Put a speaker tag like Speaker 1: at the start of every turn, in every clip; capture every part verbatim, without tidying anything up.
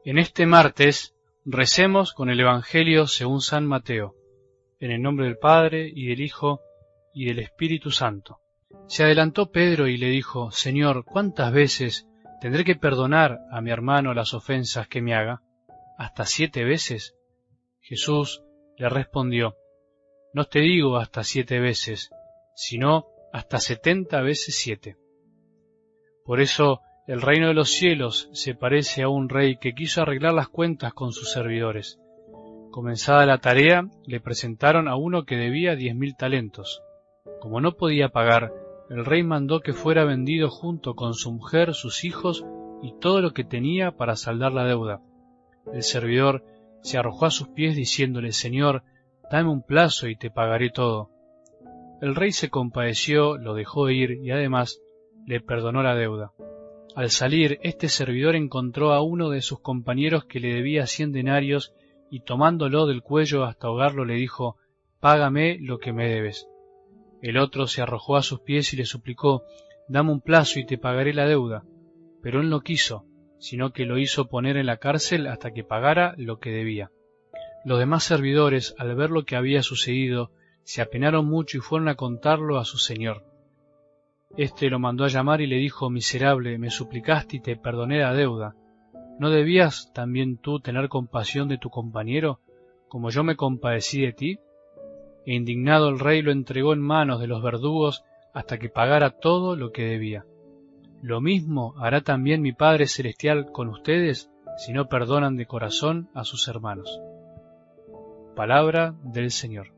Speaker 1: En este martes recemos con el Evangelio según San Mateo, en el nombre del Padre, y del Hijo, y del Espíritu Santo. Se adelantó Pedro y le dijo: Señor, ¿cuántas veces tendré que perdonar a mi hermano las ofensas que me haga? ¿Hasta siete veces? Jesús le respondió: No te digo hasta siete veces, sino hasta setenta veces siete. Por eso el reino de los cielos se parece a un rey que quiso arreglar las cuentas con sus servidores. Comenzada la tarea, le presentaron a uno que debía diez mil talentos. Como no podía pagar, el rey mandó que fuera vendido junto con su mujer, sus hijos y todo lo que tenía para saldar la deuda. El servidor se arrojó a sus pies diciéndole: Señor, dame un plazo y te pagaré todo. El rey se compadeció, lo dejó ir y además le perdonó la deuda. Al salir, este servidor encontró a uno de sus compañeros que le debía cien denarios y tomándolo del cuello hasta ahogarlo le dijo: Págame lo que me debes. El otro se arrojó a sus pies y le suplicó: Dame un plazo y te pagaré la deuda. Pero él no quiso, sino que lo hizo poner en la cárcel hasta que pagara lo que debía. Los demás servidores, al ver lo que había sucedido, se apenaron mucho y fueron a contarlo a su señor. Este lo mandó a llamar y le dijo: Miserable, me suplicaste y te perdoné la deuda. ¿No debías también tú tener compasión de tu compañero, como yo me compadecí de ti? E indignado el rey lo entregó en manos de los verdugos hasta que pagara todo lo que debía. Lo mismo hará también mi Padre Celestial con ustedes, si no perdonan de corazón a sus hermanos. Palabra del Señor.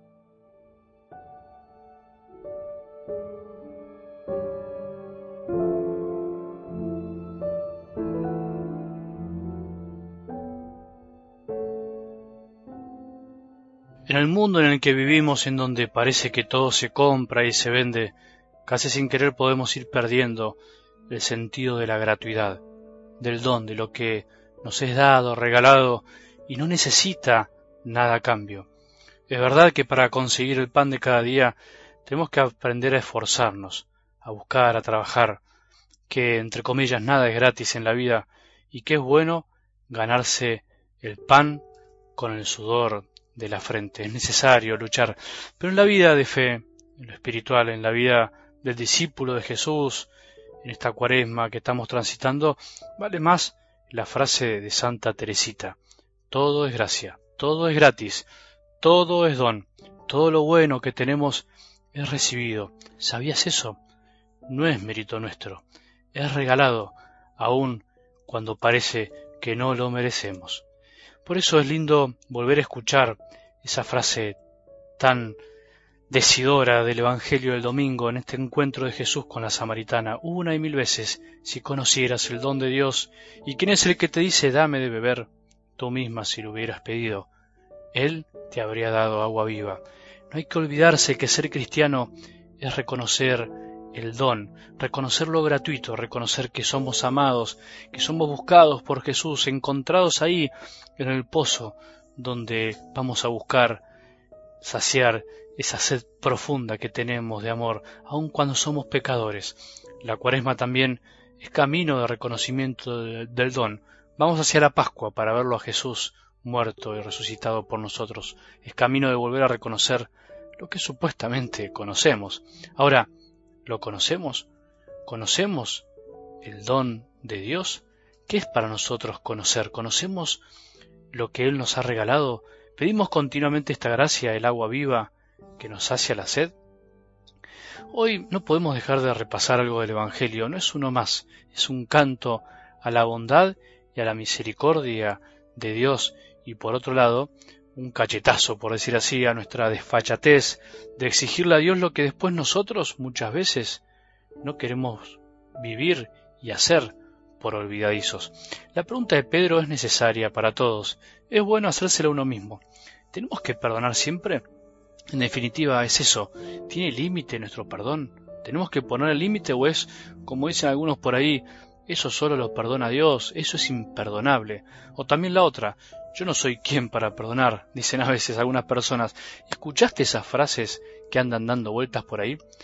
Speaker 1: En el mundo en el que vivimos, en donde parece que todo se compra y se vende, casi sin querer podemos ir perdiendo el sentido de la gratuidad, del don, de lo que nos es dado, regalado, y no necesita nada a cambio. Es verdad que para conseguir el pan de cada día tenemos que aprender a esforzarnos, a buscar, a trabajar, que entre comillas nada es gratis en la vida, y que es bueno ganarse el pan con el sudor de la frente. Es necesario luchar, pero en la vida de fe, en lo espiritual, en la vida del discípulo de Jesús, en esta cuaresma que estamos transitando, vale más la frase de Santa Teresita: todo es gracia, todo es gratis, todo es don, todo lo bueno que tenemos es recibido. ¿Sabías eso? No es mérito nuestro, es regalado, aun cuando parece que no lo merecemos. Por eso es lindo volver a escuchar esa frase tan decidora del Evangelio del domingo en este encuentro de Jesús con la samaritana, una y mil veces: si conocieras el don de Dios y quién es el que te dice dame de beber, tú misma si lo hubieras pedido, Él te habría dado agua viva. No hay que olvidarse que ser cristiano es reconocer el don, reconocer lo gratuito, reconocer que somos amados, que somos buscados por Jesús, encontrados ahí en el pozo donde vamos a buscar saciar esa sed profunda que tenemos de amor, aun cuando somos pecadores. La Cuaresma también es camino de reconocimiento del don. Vamos hacia la Pascua para verlo a Jesús muerto y resucitado por nosotros. Es camino de volver a reconocer lo que supuestamente conocemos. Ahora, ¿lo conocemos? ¿Conocemos el don de Dios? ¿Qué es para nosotros conocer? ¿Conocemos lo que Él nos ha regalado? ¿Pedimos continuamente esta gracia, el agua viva, que nos sacia la sed? Hoy no podemos dejar de repasar algo del Evangelio. No es uno más, es un canto a la bondad y a la misericordia de Dios, y por otro lado, un cachetazo, por decir así, a nuestra desfachatez de exigirle a Dios lo que después nosotros muchas veces no queremos vivir y hacer por olvidadizos. La pregunta de Pedro es necesaria para todos. Es bueno hacérsela a uno mismo. ¿Tenemos que perdonar siempre? En definitiva es eso. ¿Tiene límite nuestro perdón? ¿Tenemos que poner el límite o es, como dicen algunos por ahí, eso solo lo perdona Dios, eso es imperdonable? O también la otra: yo no soy quien para perdonar, dicen a veces algunas personas. ¿Escuchaste esas frases que andan dando vueltas por ahí?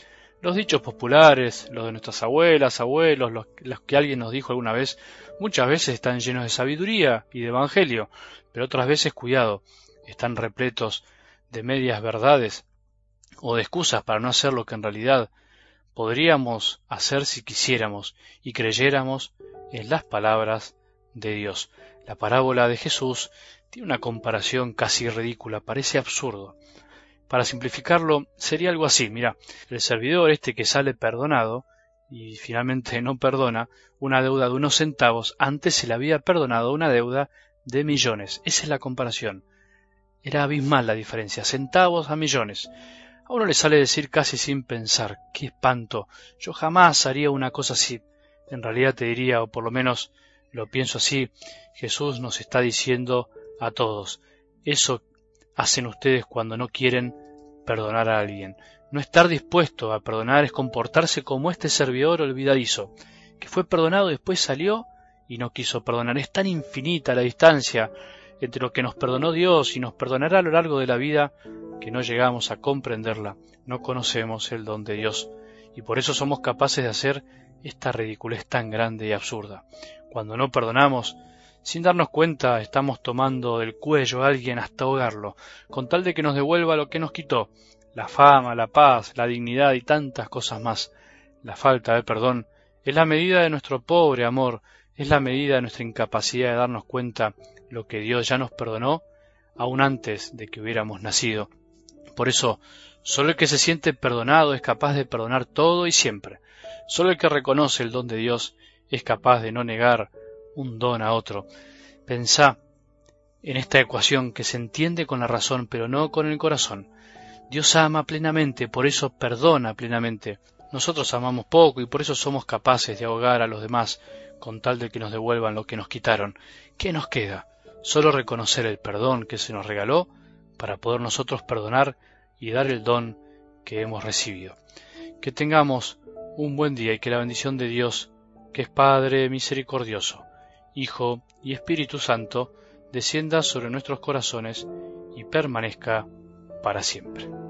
Speaker 1: Los dichos populares, los de nuestras abuelas, abuelos, los, los que alguien nos dijo alguna vez, muchas veces están llenos de sabiduría y de evangelio, pero otras veces, cuidado, están repletos de medias verdades o de excusas para no hacer lo que en realidad podríamos hacer si quisiéramos y creyéramos en las palabras de Dios. La parábola de Jesús tiene una comparación casi ridícula, parece absurdo. Para simplificarlo, sería algo así. Mira, el servidor este que sale perdonado y finalmente no perdona una deuda de unos centavos, antes se le había perdonado una deuda de millones. Esa es la comparación. Era abismal la diferencia, centavos a millones. A uno le sale decir casi sin pensar, ¡qué espanto! Yo jamás haría una cosa así. En realidad te diría, o por lo menos lo pienso así, Jesús nos está diciendo a todos, eso hacen ustedes cuando no quieren perdonar a alguien. No estar dispuesto a perdonar es comportarse como este servidor olvidadizo, que fue perdonado y después salió y no quiso perdonar. Es tan infinita la distancia entre lo que nos perdonó Dios y nos perdonará a lo largo de la vida que no llegamos a comprenderla. No conocemos el don de Dios y por eso somos capaces de hacer esta ridiculez tan grande y absurda. Cuando no perdonamos, sin darnos cuenta, estamos tomando del cuello a alguien hasta ahogarlo, con tal de que nos devuelva lo que nos quitó, la fama, la paz, la dignidad y tantas cosas más. La falta de perdón es la medida de nuestro pobre amor, es la medida de nuestra incapacidad de darnos cuenta lo que Dios ya nos perdonó, aún antes de que hubiéramos nacido. Por eso, solo el que se siente perdonado es capaz de perdonar todo y siempre. Solo el que reconoce el don de Dios es capaz de no negar un don a otro. Pensá en esta ecuación que se entiende con la razón, pero no con el corazón. Dios ama plenamente, por eso perdona plenamente. Nosotros amamos poco y por eso somos capaces de ahogar a los demás con tal de que nos devuelvan lo que nos quitaron. ¿Qué nos queda? Solo reconocer el perdón que se nos regaló para poder nosotros perdonar y dar el don que hemos recibido. Que tengamos un buen día y que la bendición de Dios, que es Padre misericordioso, Hijo y Espíritu Santo, descienda sobre nuestros corazones y permanezca para siempre.